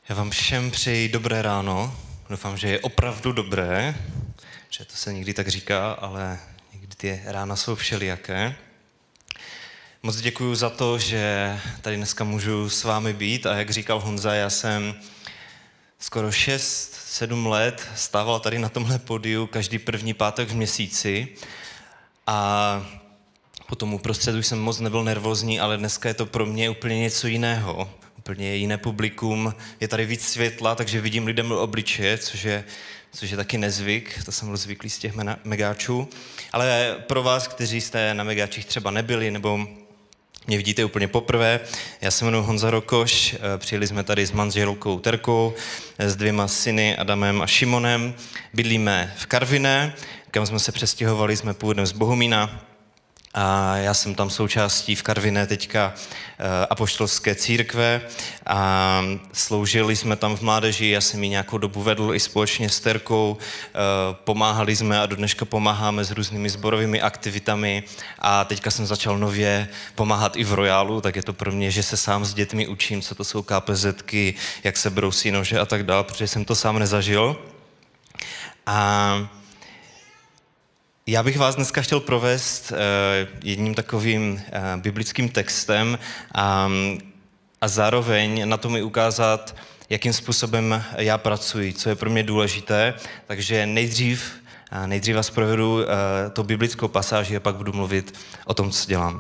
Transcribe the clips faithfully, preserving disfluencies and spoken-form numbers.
Já vám všem přeji dobré ráno. Doufám, že je opravdu dobré, že to se někdy tak říká, ale někdy ty rána jsou všelijaké. Moc děkuju za to, že tady dneska můžu s vámi být a jak říkal Honza, já jsem skoro šest sedm let stával tady na tomhle pódiu každý první pátek v měsíci a potom uprostřed už jsem moc nebyl nervózní, ale dneska je to pro mě úplně něco jiného. Úplně jiné publikum, je tady víc světla, takže vidím lidem do obličeje, což je, což je taky nezvyk, to jsem byl zvyklý z těch megáčů. Ale pro vás, kteří jste na megáčích třeba nebyli, nebo mě vidíte úplně poprvé, já se jmenuji Honza Rokoš, přijeli jsme tady s manželkou Terkou, s dvěma syny Adamem a Šimonem, bydlíme v Karviné, kam jsme se přestěhovali, jsme původem z Bohumína, a já jsem tam součástí v Karviné teďka apoštolské církve a sloužili jsme tam v mládeži, já jsem ji nějakou dobu vedl i společně s Terkou, pomáhali jsme a do dneška pomáháme s různými sborovými aktivitami a teďka jsem začal nově pomáhat i v Royálu, tak je to pro mě, že se sám s dětmi učím, co to jsou KPZky, jak se brousí nože a tak dále, protože jsem to sám nezažil. A já bych vás dneska chtěl provést uh, jedním takovým uh, biblickým textem a, a zároveň na to mi ukázat, jakým způsobem já pracuji, co je pro mě důležité. Takže nejdřív, uh, nejdřív vás provedu uh, tou biblickou pasáži a pak budu mluvit o tom, co dělám.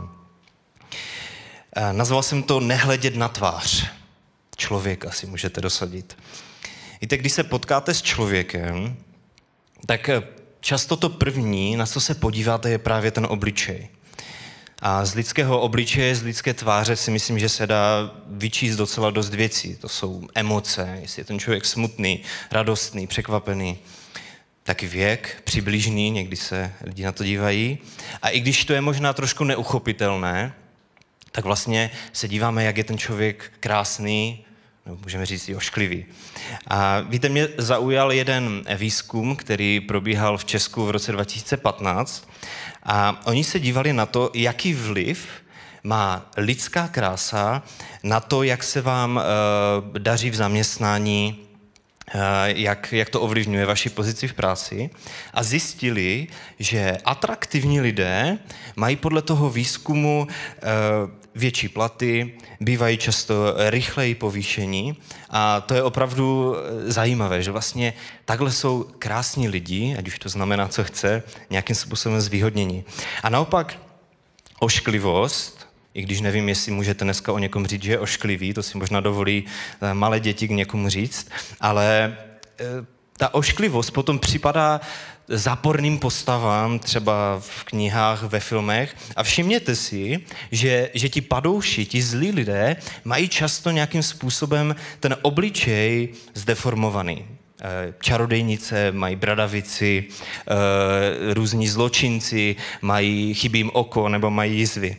Uh, nazval jsem to Nehledět na tvář. Člověk asi můžete dosadit. Víte, když se potkáte s člověkem, tak často to první, na co se podíváte, je právě ten obličej. A z lidského obličeje, z lidské tváře si myslím, že se dá vyčíst docela dost věcí. To jsou emoce, jestli je ten člověk smutný, radostný, překvapený. Taky věk, přibližný, někdy se lidi na to dívají. A i když to je možná trošku neuchopitelné, tak vlastně se díváme, jak je ten člověk krásný, no, můžeme říct i ošklivý. A víte, mě zaujal jeden výzkum, který probíhal v Česku v roce dva tisíce patnáct a oni se dívali na to, jaký vliv má lidská krása na to, jak se vám uh, daří v zaměstnání, uh, jak, jak to ovlivňuje vaši pozici v práci a zjistili, že atraktivní lidé mají podle toho výzkumu uh, větší platy, bývají často rychleji povýšení a to je opravdu zajímavé, že vlastně takhle jsou krásní lidi, ať už to znamená, co chce, nějakým způsobem zvýhodnění. A naopak ošklivost, i když nevím, jestli můžete dneska o někom říct, že je ošklivý, to si možná dovolí malé děti k někomu říct, ale ta ošklivost potom připadá záporným postavám, třeba v knihách, ve filmech. A všimněte si, že, že ti padouši, ti zlí lidé, mají často nějakým způsobem ten obličej zdeformovaný. Čarodejnice mají bradavici, různí zločinci mají chybí jim oko nebo mají jizvy.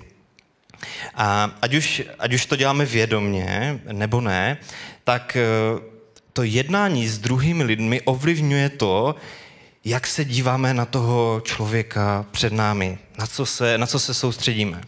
A ať už, ať už to děláme vědomně nebo ne, tak to jednání s druhými lidmi ovlivňuje to, jak se díváme na toho člověka před námi, na co se, na co se soustředíme.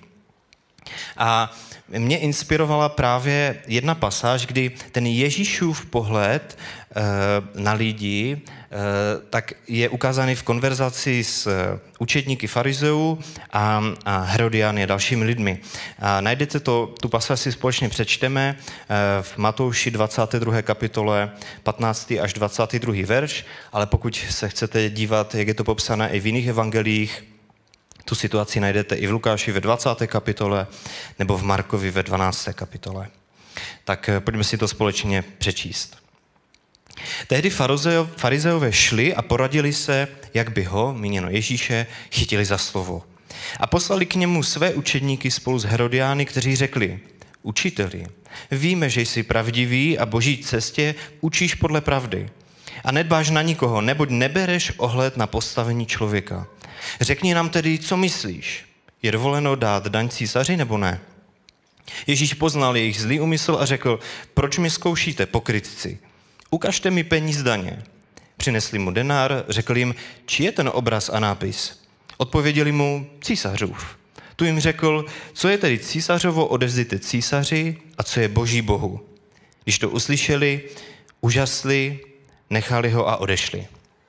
A mě inspirovala právě jedna pasáž, kdy ten Ježíšův pohled e, na lidi e, tak je ukázaný v konverzaci s učedníky farizeů a, a Herodiány a dalšími lidmi. A najdete to, tu pasáž si společně přečteme e, v Matouši dvacáté druhé kapitole patnáctý až dvacátý druhý verš, ale pokud se chcete dívat, jak je to popsané i v jiných evangelích, tu situaci najdete i v Lukáši ve dvacáté kapitole nebo v Markovi ve dvanácté kapitole. Tak pojďme si to společně přečíst. Tehdy farizeové šli a poradili se, jak by ho, míněno Ježíše, chytili za slovo. A poslali k němu své učedníky spolu s Herodiány, kteří řekli: Učiteli, víme, že jsi pravdivý a boží cestě učíš podle pravdy. A nedbáš na nikoho, neboť nebereš ohled na postavení člověka. Řekni nám tedy, co myslíš? Je dovoleno dát daň císaři nebo ne? Ježíš poznal jejich zlý úmysl a řekl: Proč mi zkoušíte, pokrytci? Ukažte mi peníz daně. Přinesli mu denár, řekl jim: Čí je ten obraz a nápis? Odpověděli mu: Císařův. Tu jim řekl: Co je tedy císařovo, odevzdejte císaři, a co je boží Bohu. Když to uslyšeli, úžasli, nechali ho a odešli.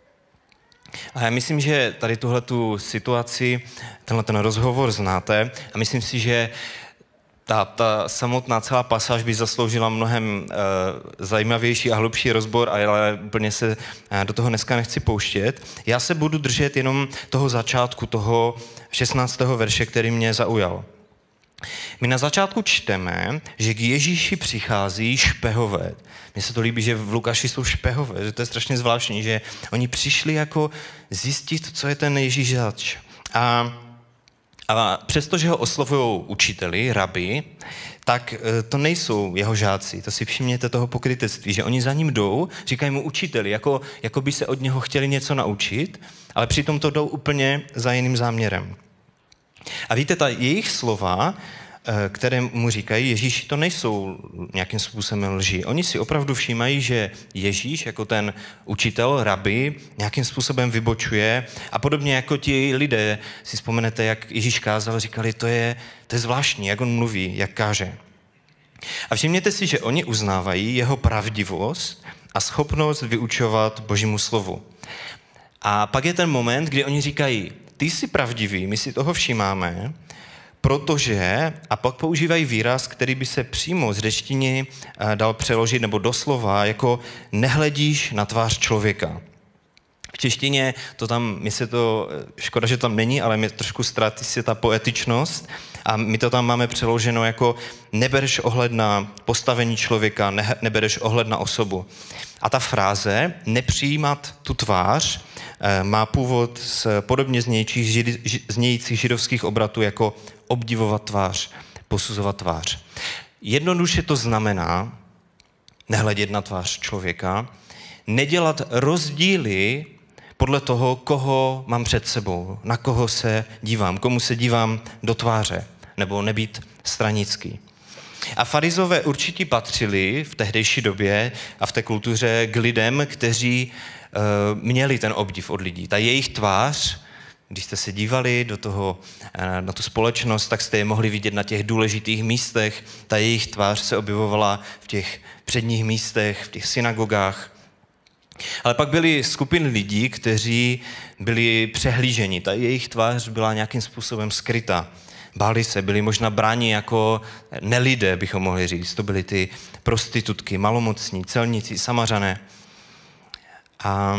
A já myslím, že tady tuhletu situaci, tenhle ten rozhovor znáte a myslím si, že ta, ta samotná celá pasáž by zasloužila mnohem e, zajímavější a hlubší rozbor, ale úplně se e, do toho dneska nechci pouštět. Já se budu držet jenom toho začátku, toho šestnáctého verše, který mě zaujal. My na začátku čteme, že k Ježíši přichází špehové. Mně se to líbí, že v Lukáši jsou špehové, že to je strašně zvláštní, že oni přišli jako zjistit, co je ten Ježíš zač. A, a přestože ho oslovují učiteli, rabi, tak to nejsou jeho žáci. To si všimněte toho pokrytectví, že oni za ním jdou, říkají mu učiteli, jako, jako by se od něho chtěli něco naučit, ale přitom to jdou úplně za jiným záměrem. A víte, ta jejich slova, které mu říkají Ježíši, to nejsou nějakým způsobem lži. Oni si opravdu všímají, že Ježíš jako ten učitel, rabi, nějakým způsobem vybočuje a podobně jako ti lidé, si vzpomenete, jak Ježíš kázal, říkali, to je, to je zvláštní, jak on mluví, jak káže. A všimněte si, že oni uznávají jeho pravdivost a schopnost vyučovat Božímu slovu. A pak je ten moment, kdy oni říkají, ty jsi pravdivý, my si toho všímáme, protože, a pak používají výraz, který by se přímo z řečtiny dal přeložit, nebo doslova, jako nehledíš na tvář člověka. V češtině to tam, mi se to, škoda, že tam není, ale mi trošku ztratí se ta poetičnost a my to tam máme přeloženo jako nebereš ohled na postavení člověka, ne, nebereš ohled na osobu. A ta fráze nepřijímat tu tvář má původ z podobně znějících židovských obratů jako obdivovat tvář, posuzovat tvář. Jednoduše to znamená nehledět na tvář člověka, nedělat rozdíly podle toho, koho mám před sebou, na koho se dívám, komu se dívám do tváře, nebo nebýt stranický. A farizové určitě patřili v tehdejší době a v té kultuře k lidem, kteří uh, měli ten obdiv od lidí. Ta jejich tvář, když jste se dívali do toho, uh, na tu společnost, tak jste je mohli vidět na těch důležitých místech. Ta jejich tvář se objevovala v těch předních místech, v těch synagogách. Ale pak byly skupiny lidí, kteří byli přehlíženi. Ta jejich tvář byla nějakým způsobem skryta. Báli se, byli možná bráni jako nelidé, bychom mohli říct. To byly ty prostitutky, malomocní, celníci, Samařané. A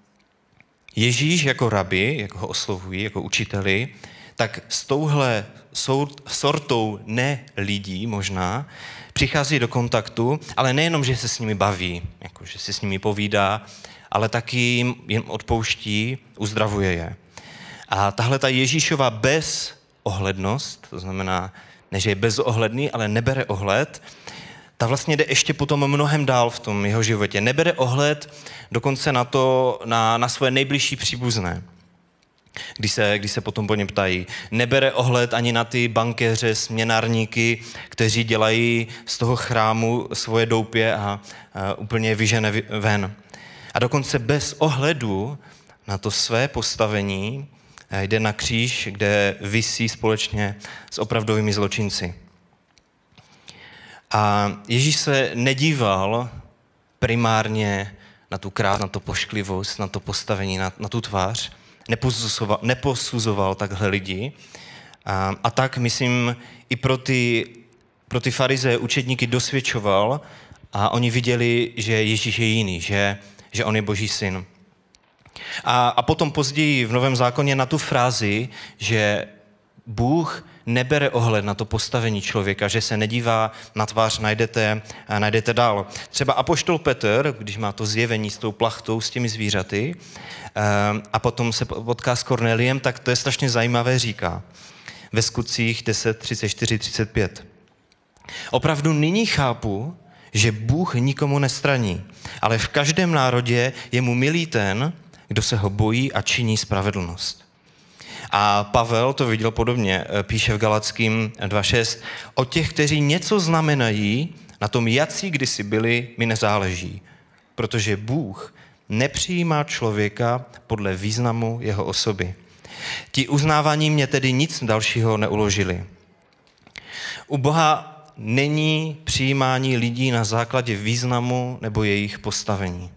Ježíš jako rabi, jako ho oslovují, jako učiteli, tak s touhle sortou ne lidí možná přichází do kontaktu, ale nejenom, že se s nimi baví, jako že se s nimi povídá, ale taky jim, jim odpouští, uzdravuje je. A tahle ta Ježíšova bezohlednost, to znamená, ne, že je bezohledný, ale nebere ohled, ta vlastně jde ještě potom mnohem dál v tom jeho životě. Nebere ohled dokonce na to, na, na svoje nejbližší příbuzné. Když se, když se potom po něm ptají. Nebere ohled ani na ty bankéře, směnárníky, kteří dělají z toho chrámu svoje doupě a, a úplně vyžene ven. A dokonce bez ohledu na to své postavení jde na kříž, kde visí společně s opravdovými zločinci. A Ježíš se nedíval primárně na tu krás, na to pošklivost, na to postavení, na, na tu tvář, neposuzoval, neposuzoval takhle lidi. A, a tak, myslím, i pro ty, pro ty farizeje učedníky dosvědčoval a oni viděli, že Ježíš je jiný, že, že on je Boží syn. A, a potom později v Novém zákoně na tu frázi, že Bůh nebere ohled na to postavení člověka, že se nedívá na tvář, najdete, najdete dál. Třeba apoštol Petr, když má to zjevení s tou plachtou, s těmi zvířaty, a potom se potká s Korneliem, tak to je strašně zajímavé, říká ve Skutcích deset, třicet čtyři, třicet pět. Opravdu nyní chápu, že Bůh nikomu nestraní, ale v každém národě je mu milý ten, kdo se ho bojí a činí spravedlnost. A Pavel to viděl podobně, píše v Galackým dva šest. O těch, kteří něco znamenají, na tom jací kdysi byli, mi nezáleží, protože Bůh nepřijímá člověka podle významu jeho osoby. Ti uznávání mě tedy nic dalšího neuložili. U Boha není přijímání lidí na základě významu nebo jejich postavení.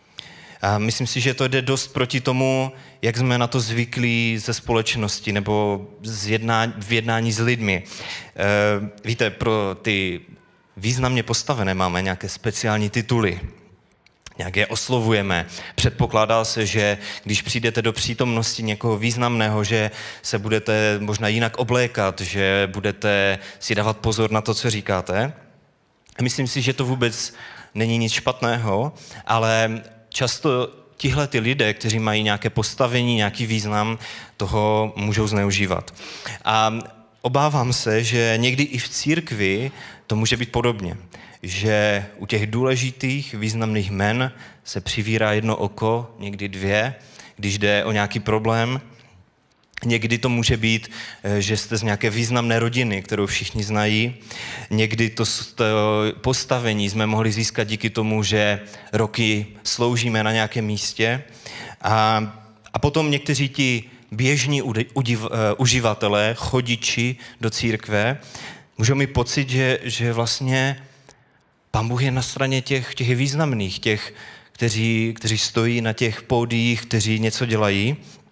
A myslím si, že to jde dost proti tomu, jak jsme na to zvyklí ze společnosti nebo z jednání, v jednání s lidmi. E, víte, pro ty významně postavené máme nějaké speciální tituly, nějak je oslovujeme. Předpokládá se, že když přijdete do přítomnosti někoho významného, že se budete možná jinak oblékat, že budete si dávat pozor na to, co říkáte. Myslím si, že to vůbec není nic špatného, ale často tihle ty lidé, kteří mají nějaké postavení, nějaký význam, toho můžou zneužívat. A obávám se, že někdy i v církvi to může být podobně. Že u těch důležitých, významných men se přivírá jedno oko, někdy dvě, když jde o nějaký problém. Někdy to může být, že jste z nějaké významné rodiny, kterou všichni znají. Někdy to, to postavení jsme mohli získat díky tomu, že roky sloužíme na nějakém místě. A, a potom někteří ti běžní udiv, uh, uživatelé, chodiči do církve, můžou mít pocit, že, že vlastně Pán Bůh je na straně těch, těch významných, těch, kteří, kteří stojí na těch pódiích, kteří něco dělají,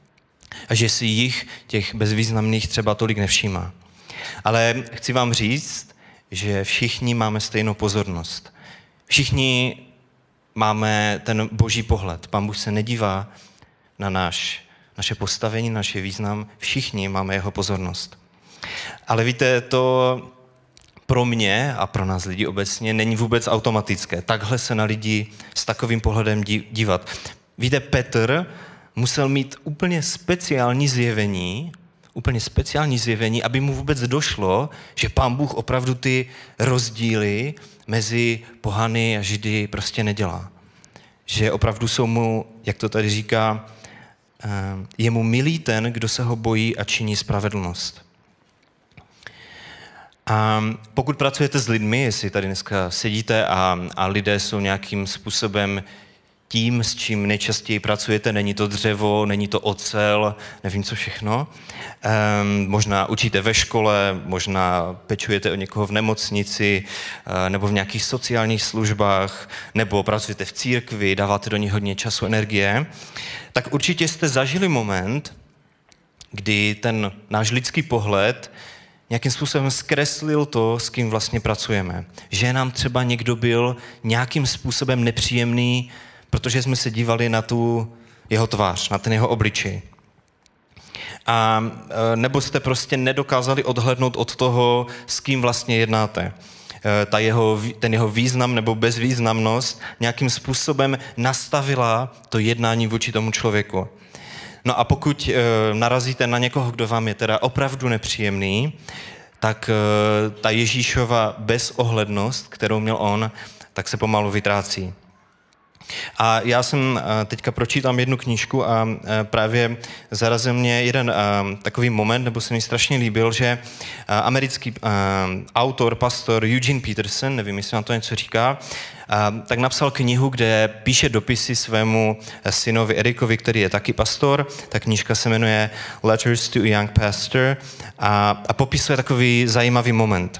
a že si jich, těch bezvýznamných, třeba tolik nevšímá. Ale chci vám říct, že všichni máme stejnou pozornost. Všichni máme ten boží pohled. Pán Bůh se nedívá na náš, naše postavení, naše význam. Všichni máme jeho pozornost. Ale víte, to pro mě a pro nás lidi obecně není vůbec automatické. Takhle se na lidi s takovým pohledem dívat. Víte, Petr musel mít úplně speciální zjevení, úplně speciální zjevení, aby mu vůbec došlo, že Pán Bůh opravdu ty rozdíly mezi pohany a Židy prostě nedělá. Že opravdu jsou mu, jak to tady říká, je mu milý ten, kdo se ho bojí a činí spravedlnost. A pokud pracujete s lidmi, jestli tady dneska sedíte a, a lidé jsou nějakým způsobem tím, s čím nejčastěji pracujete, není to dřevo, není to ocel, nevím co všechno. Um, možná učíte ve škole, možná pečujete o někoho v nemocnici, uh, nebo v nějakých sociálních službách, nebo pracujete v církvi, dáváte do ní hodně času, energie, tak určitě jste zažili moment, kdy ten náš lidský pohled nějakým způsobem zkreslil to, s kým vlastně pracujeme. Že nám třeba někdo byl nějakým způsobem nepříjemný, protože jsme se dívali na tu jeho tvář, na ten jeho obličej. A nebo jste prostě nedokázali odhlédnout od toho, s kým vlastně jednáte. Ta jeho, ten jeho význam nebo bezvýznamnost nějakým způsobem nastavila to jednání vůči tomu člověku. No a pokud narazíte na někoho, kdo vám je teda opravdu nepříjemný, tak ta Ježíšova bezohlednost, kterou měl on, tak se pomalu vytrácí. A já jsem teďka pročítám jednu knížku a právě zarazil mě jeden takový moment, nebo se mi strašně líbil, že americký autor, pastor Eugene Peterson, nevím, jestli vám to něco říká, tak napsal knihu, kde píše dopisy svému synovi Erikovi, který je taky pastor. Ta knížka se jmenuje Letters to a Young Pastor a, a popisuje takový zajímavý moment.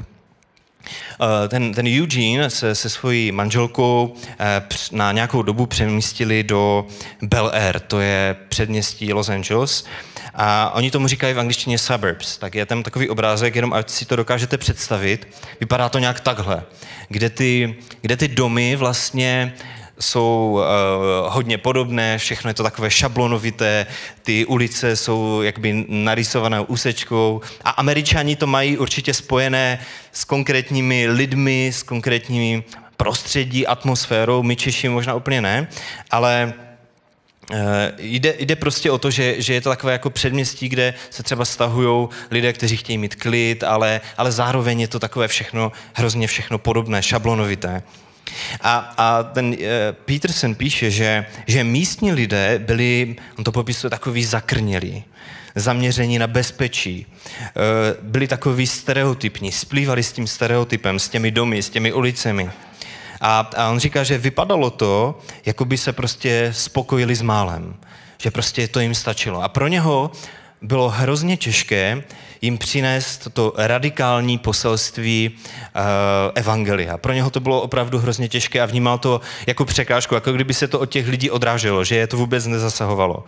Ten, ten Eugene se, se svojí manželkou na nějakou dobu přemístili do Bel Air, to je předměstí Los Angeles. A oni tomu říkají v angličtině suburbs. Tak je tam takový obrázek, jenom ať si to dokážete představit. Vypadá to nějak takhle, kde ty, kde ty domy vlastně jsou uh, hodně podobné, všechno je to takové šablonovité, ty ulice jsou jakby narysovanou úsečkou a Američani to mají určitě spojené s konkrétními lidmi, s konkrétními prostředí, atmosférou, my Češi možná úplně ne, ale uh, jde, jde prostě o to, že, že je to takové jako předměstí, kde se třeba stahují lidé, kteří chtějí mít klid, ale, ale zároveň je to takové všechno, hrozně všechno podobné, šablonovité. A, a ten uh, Peterson píše, že, že místní lidé byli, on to popisuje, takový zakrnělí, zaměření na bezpečí, uh, byli takový stereotypní, splývali s tím stereotypem, s těmi domy, s těmi ulicemi. A, a on říká, že vypadalo to, jako by se prostě spokojili s málem, že prostě to jim stačilo. A pro něho bylo hrozně těžké jim přinést to radikální poselství uh, evangelia. Pro něho to bylo opravdu hrozně těžké a vnímal to jako překážku, jako kdyby se to od těch lidí odráželo, že je to vůbec nezasahovalo.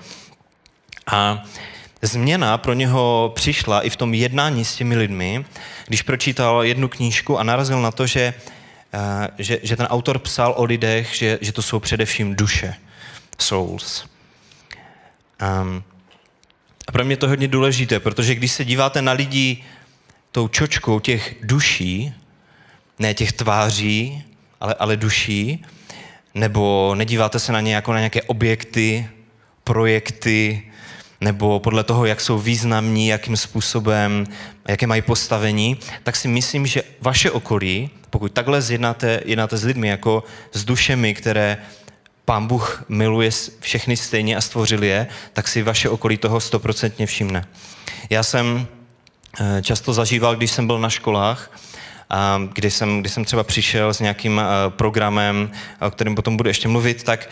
A změna pro něho přišla i v tom jednání s těmi lidmi, když pročítal jednu knížku a narazil na to, že, uh, že, že ten autor psal o lidech, že, že to jsou především duše, souls. Um, A pro mě to je hodně důležité, protože když se díváte na lidi tou čočkou těch duší, ne těch tváří, ale, ale duší, nebo nedíváte se na ně jako na nějaké objekty, projekty, nebo podle toho, jak jsou významní, jakým způsobem, jaké mají postavení, tak si myslím, že vaše okolí, pokud takhle jednáte, jednáte s lidmi jako s dušemi, které Pán Bůh miluje všechny stejně a stvořil je, tak si vaše okolí toho stoprocentně všimne. Já jsem často zažíval, když jsem byl na školách, když jsem, když jsem třeba přišel s nějakým programem, o kterém potom budu ještě mluvit, tak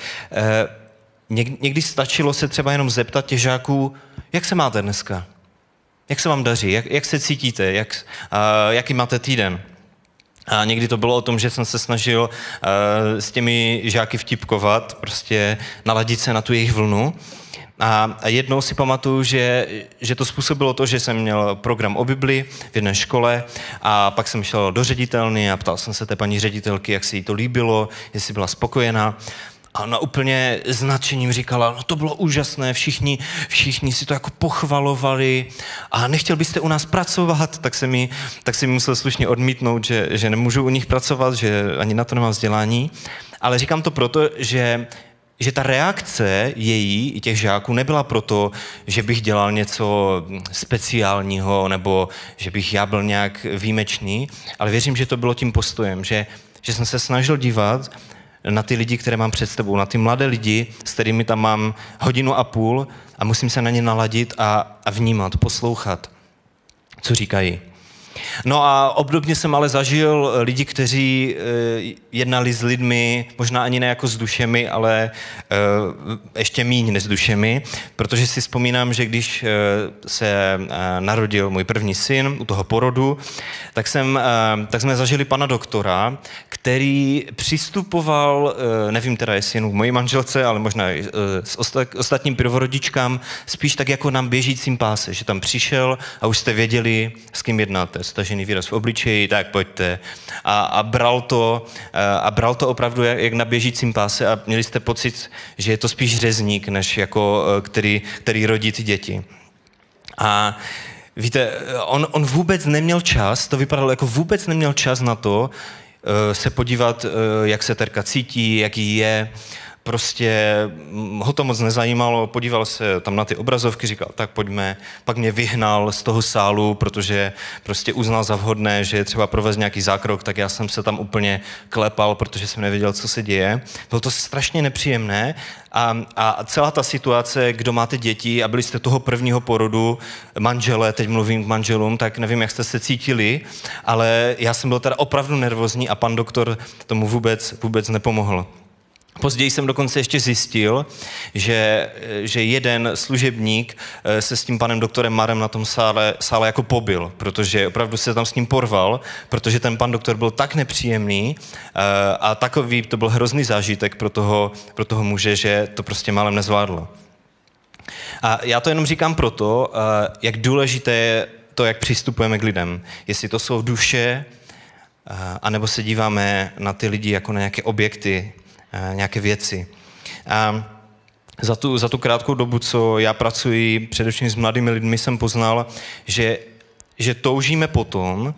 někdy stačilo se třeba jenom zeptat těch žáků, jak se máte dneska? Jak se vám daří? Jak, jak se cítíte? Jak, jaký máte týden? A někdy to bylo o tom, že jsem se snažil uh, s těmi žáky vtipkovat, prostě naladit se na tu jejich vlnu. A jednou si pamatuju, že, že to způsobilo to, že jsem měl program o Bibli v jedné škole a pak jsem šel do ředitelny a ptal jsem se té paní ředitelky, jak se jí to líbilo, jestli byla spokojená. A ona úplně s nadšením říkala, no to bylo úžasné, všichni, všichni si to jako pochvalovali a nechtěl byste u nás pracovat, tak se mi, tak si mi musel slušně odmítnout, že, že nemůžu u nich pracovat, že ani na to nemám vzdělání. Ale říkám to proto, že, že ta reakce její i těch žáků nebyla proto, že bych dělal něco speciálního nebo že bych já byl nějak výjimečný, ale věřím, že to bylo tím postojem, že, že jsem se snažil dívat na ty lidi, které mám před sebou, na ty mladé lidi, s kterými tam mám hodinu a půl a musím se na ně naladit a, a vnímat, poslouchat, co říkají. No a obdobně jsem ale zažil lidi, kteří e, jednali s lidmi, možná ani ne jako s dušemi, ale e, ještě míň než s dušemi, protože si vzpomínám, že když e, se e, narodil můj první syn u toho porodu, tak, jsem, e, tak jsme zažili pana doktora, který přistupoval, e, nevím teda, jestli jen k mojí manželce, ale možná i e, s osta- ostatním prvorodičkám, spíš tak jako na běžícím páse, že tam přišel a už jste věděli, s kým jednáte. Stažený výraz v obličeji, tak pojďte. A, a, bral to, a bral to opravdu jak, jak na běžícím páse a měli jste pocit, že je to spíš řezník, než jako který, který rodí ty děti. A víte, on, on vůbec neměl čas, to vypadalo jako vůbec neměl čas na to se podívat, jak se Terka cítí, jaký je. Prostě ho to moc nezajímalo, podíval se tam na ty obrazovky, říkal, tak pojďme, pak mě vyhnal z toho sálu, protože prostě uznal za vhodné, že je třeba provést nějaký zákrok, tak já jsem se tam úplně klepal, protože jsem nevěděl, co se děje. Bylo to strašně nepříjemné a, a celá ta situace, kdo máte děti a byli jste toho prvního porodu, manžele, teď mluvím k manželům, tak nevím, jak jste se cítili, ale já jsem byl teda opravdu nervózní a pan doktor tomu vůbec, vůbec nepomohl. Později jsem dokonce ještě zjistil, že, že jeden služebník se s tím panem doktorem Marem na tom sále, sále jako pobil, protože opravdu se tam s ním porval, protože ten pan doktor byl tak nepříjemný a takový, to byl hrozný zážitek pro toho, pro toho muže, že to prostě málem nezvládlo. A já to jenom říkám proto, jak důležité je to, jak přistupujeme k lidem. Jestli to jsou duše, anebo se díváme na ty lidi jako na nějaké objekty, nějaké věci. A za tu, za tu krátkou dobu, co já pracuji především s mladými lidmi, jsem poznal, že, že toužíme potom,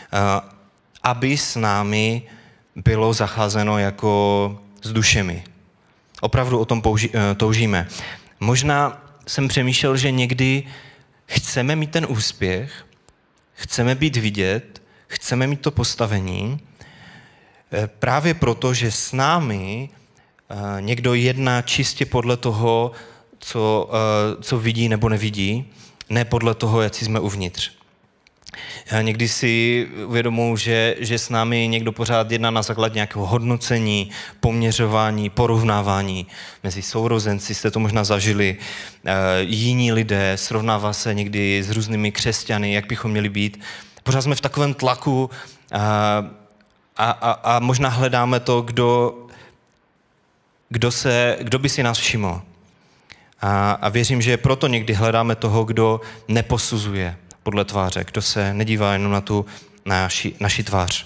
aby s námi bylo zacházeno jako s dušemi. Opravdu o tom použi, toužíme. Možná jsem přemýšlel, že někdy chceme mít ten úspěch, chceme být vidět, chceme mít to postavení, právě proto, že s námi někdo jedná čistě podle toho, co, co vidí nebo nevidí, ne podle toho, jak jsme uvnitř. Já někdy si uvědomuji, že, že s námi někdo pořád jedná na základě nějakého hodnocení, poměřování, porovnávání mezi sourozenci, jste to možná zažili, e, jiní lidé, srovnává se někdy s různými křesťany, jak bychom měli být. Pořád jsme v takovém tlaku a, a, a, a možná hledáme to, kdo, kdo, se, kdo by si nás všiml. A, a věřím, že proto někdy hledáme toho, kdo neposuzuje podle tváře, kdo se nedívá jenom na tu naši, naši tvář.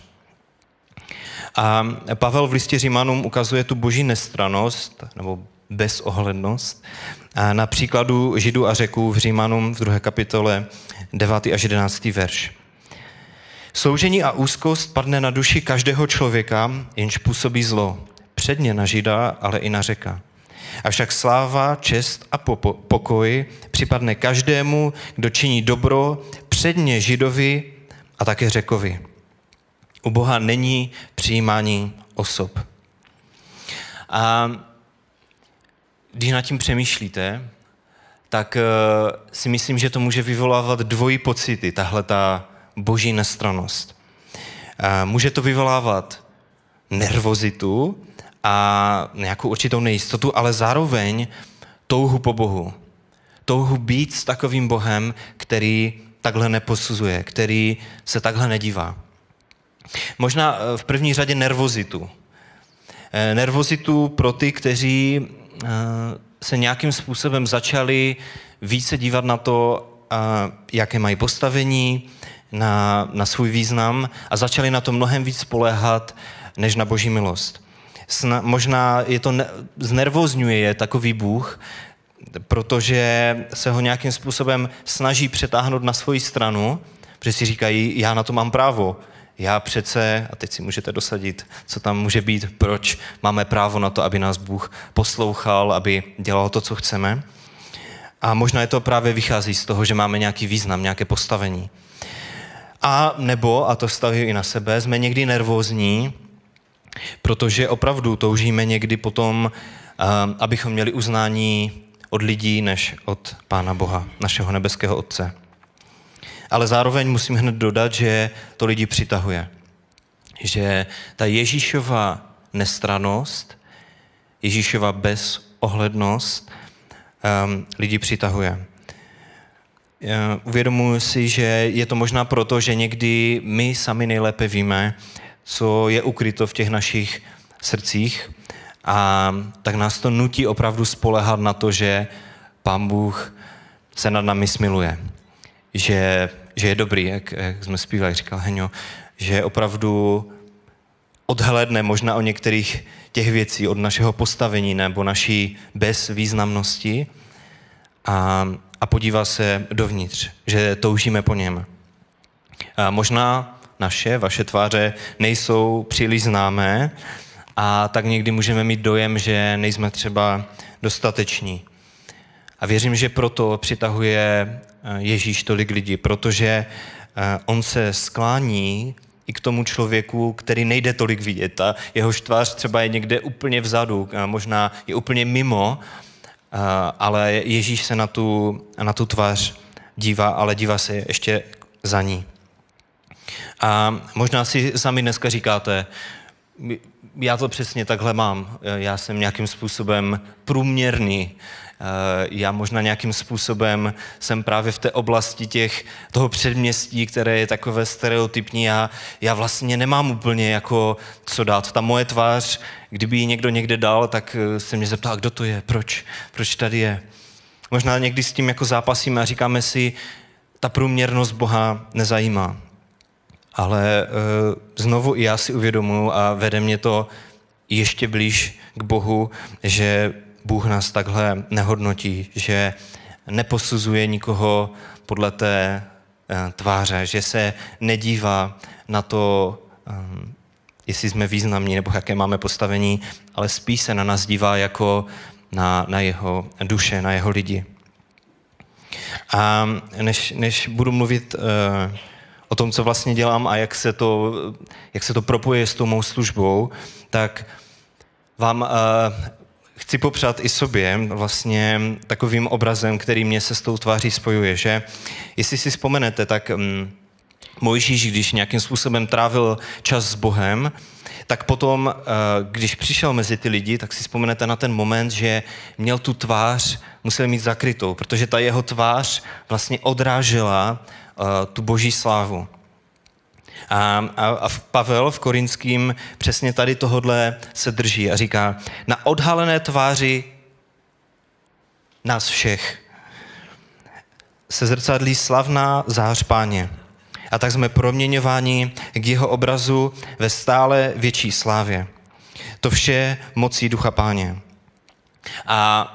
A Pavel v listě Římanům ukazuje tu boží nestrannost nebo bezohlednost a na příkladu Židů a Řeků v Římanům v druhé kapitole devátý až jedenáctý verš. Soužení a úzkost padne na duši každého člověka, jenž působí zlo. Předně na Žida, ale i na Řeka. Avšak sláva, čest a pokoj připadne každému, kdo činí dobro, předně Židovi a také Řekovi. U Boha není přijímání osob. A když nad tím přemýšlíte, tak si myslím, že to může vyvolávat dvojí pocity, tahle ta boží nestrannost. Může to vyvolávat nervozitu a nějakou určitou nejistotu, ale zároveň touhu po Bohu. Touhu být s takovým Bohem, který takhle neposuzuje, který se takhle nedívá. Možná v první řadě nervozitu. Nervozitu pro ty, kteří se nějakým způsobem začali více dívat na to, jaké mají postavení, na, na svůj význam a začali na to mnohem víc spoléhat, než na boží milost. Sna, možná je to ne, znervozňuje je takový Bůh, protože se ho nějakým způsobem snaží přetáhnout na svoji stranu, protože si říkají, já na to mám právo. Já přece, a teď si můžete dosadit, co tam může být, proč máme právo na to, aby nás Bůh poslouchal, aby dělal to, co chceme. A možná je to právě vychází z toho, že máme nějaký význam, nějaké postavení. A nebo, a to vztahuji i na sebe, jsme někdy nervózní, protože opravdu toužíme někdy potom, abychom měli uznání od lidí, než od Pána Boha, našeho nebeského Otce. Ale zároveň musím hned dodat, že to lidi přitahuje. Že ta Ježíšova nestrannost, Ježíšova bezohlednost um, lidi přitahuje. Uvědomuji si, že je to možná proto, že někdy my sami nejlépe víme, co je ukryto v těch našich srdcích, a tak nás to nutí opravdu spoléhat na to, že Pán Bůh se nad námi smiluje. Že, že je dobrý, jak, jak jsme zpívali, jak říkal Heňo, že opravdu odhlédne možná o některých těch věcí, od našeho postavení nebo naší bezvýznamnosti a, a podívá se dovnitř, že toužíme po něm. A možná naše, vaše tváře nejsou příliš známé a tak někdy můžeme mít dojem, že nejsme třeba dostateční. A věřím, že proto přitahuje Ježíš tolik lidí, protože on se sklání i k tomu člověku, který nejde tolik vidět. A jehož tvář třeba je někde úplně vzadu, možná je úplně mimo, ale Ježíš se na tu, na tu tvář dívá, ale dívá se ještě za ní. A možná si sami dneska říkáte, já to přesně takhle mám, já jsem nějakým způsobem průměrný, já možná nějakým způsobem jsem právě v té oblasti těch, toho předměstí, které je takové stereotypní, já, já vlastně nemám úplně jako co dát. Ta moje tvář, kdyby ji někdo někde dal, tak se mě zeptal, kdo to je, proč, proč tady je. Možná někdy s tím jako zápasíme a říkáme si, ta průměrnost Boha nezajímá. Ale e, znovu i já si uvědomuji a vede mě to ještě blíž k Bohu, že Bůh nás takhle nehodnotí, že neposuzuje nikoho podle té e, tváře, že se nedívá na to, e, jestli jsme významní nebo jaké máme postavení, ale spíš se na nás dívá jako na, na jeho duše, na jeho lidi. A než, než budu mluvit e, o tom, co vlastně dělám a jak se to, jak se to propojuje s tou mou službou, tak vám uh, chci popřát i sobě vlastně takovým obrazem, který mě se s tou tváří spojuje, že jestli si vzpomenete, tak um, Mojžíš, když nějakým způsobem trávil čas s Bohem, tak potom, když přišel mezi ty lidi, tak si vzpomenete na ten moment, že měl tu tvář, musel mít zakrytou, protože ta jeho tvář vlastně odrážela tu boží slávu. A, a, a Pavel v Korinským přesně tady tohodle se drží a říká, na odhalené tváři nás všech se zrcadlí slavná zář Páně. A tak jsme proměňováni k jeho obrazu ve stále větší slávě. To vše mocí Ducha Páně. A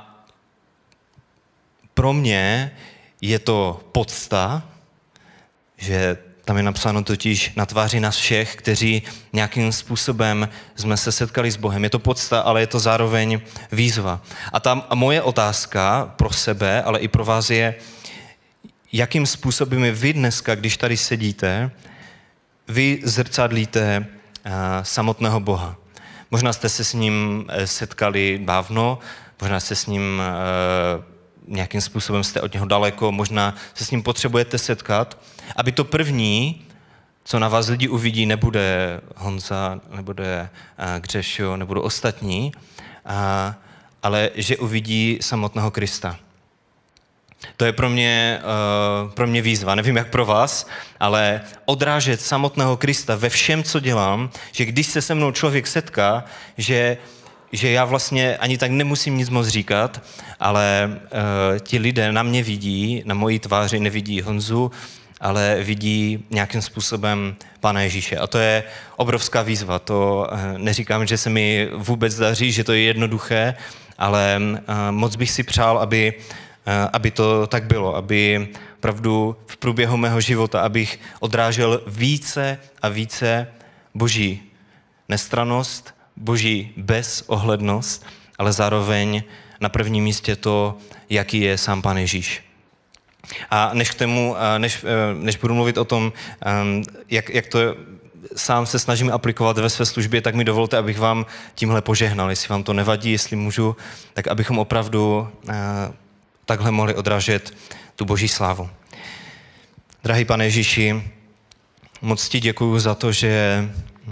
pro mě je to podsta, že tam je napsáno totiž na tváři nás všech, kteří nějakým způsobem jsme se setkali s Bohem. Je to podsta, ale je to zároveň výzva. A ta moje otázka pro sebe, ale i pro vás je, jakým způsobem vy dneska, když tady sedíte, vy zrcadlíte uh, samotného Boha. Možná jste se s ním setkali dávno, možná se s ním uh, nějakým způsobem jste od něho daleko, možná se s ním potřebujete setkat, aby to první, co na vás lidi uvidí, nebude Honza, nebude uh, Gřešo, nebudou ostatní, uh, ale že uvidí samotného Krista. To je pro mě, uh, pro mě výzva, nevím jak pro vás, ale odrážet samotného Krista ve všem, co dělám, že když se se mnou člověk setká, že, že já vlastně ani tak nemusím nic moc říkat, ale uh, ti lidé na mě vidí, na mojí tváři nevidí Honzu, ale vidí nějakým způsobem Pána Ježíše. A to je obrovská výzva. To uh, neříkám, že se mi vůbec daří, že to je jednoduché, ale uh, moc bych si přál, aby aby to tak bylo, aby opravdu v průběhu mého života, abych odrážel více a více boží nestrannost, boží bezohlednost, ale zároveň na prvním místě to, jaký je sám Pán Ježíš. A než k tomu, než, než budu mluvit o tom, jak, jak to sám se snažím aplikovat ve své službě, tak mi dovolte, abych vám tímhle požehnal. Jestli vám to nevadí, jestli můžu, tak abychom opravdu takhle mohli odrážet tu boží slávu. Drahý Pane Ježíši, moc ti děkuju za to, že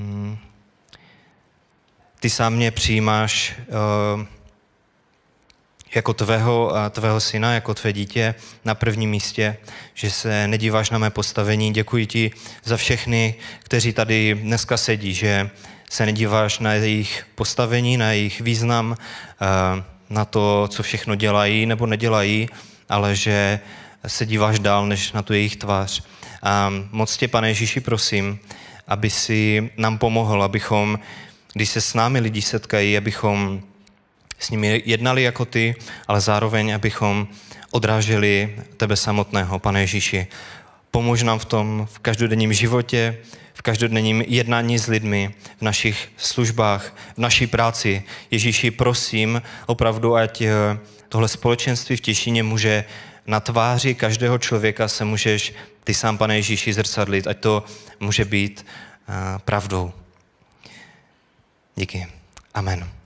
ty sám mě přijímáš jako tvého, tvého syna, jako tvé dítě na prvním místě, že se nedíváš na mé postavení. Děkuji ti za všechny, kteří tady dneska sedí, že se nedíváš na jejich postavení, na jejich význam, na to, co všechno dělají nebo nedělají, ale že se díváš dál než na tu jejich tvář. A moc tě, Pane Ježíši, prosím, aby si nám pomohl, abychom, když se s námi lidi setkají, abychom s nimi jednali jako ty, ale zároveň, abychom odráželi tebe samotného, Pane Ježíši. Pomož nám v tom v každodenním životě, v každodenním jednání s lidmi, v našich službách, v naší práci. Ježíši, prosím opravdu, ať tohle společenství v Těšíně může na tváři každého člověka se můžeš ty sám, Pane Ježíši, zrcadlit, ať to může být pravdou. Díky. Amen.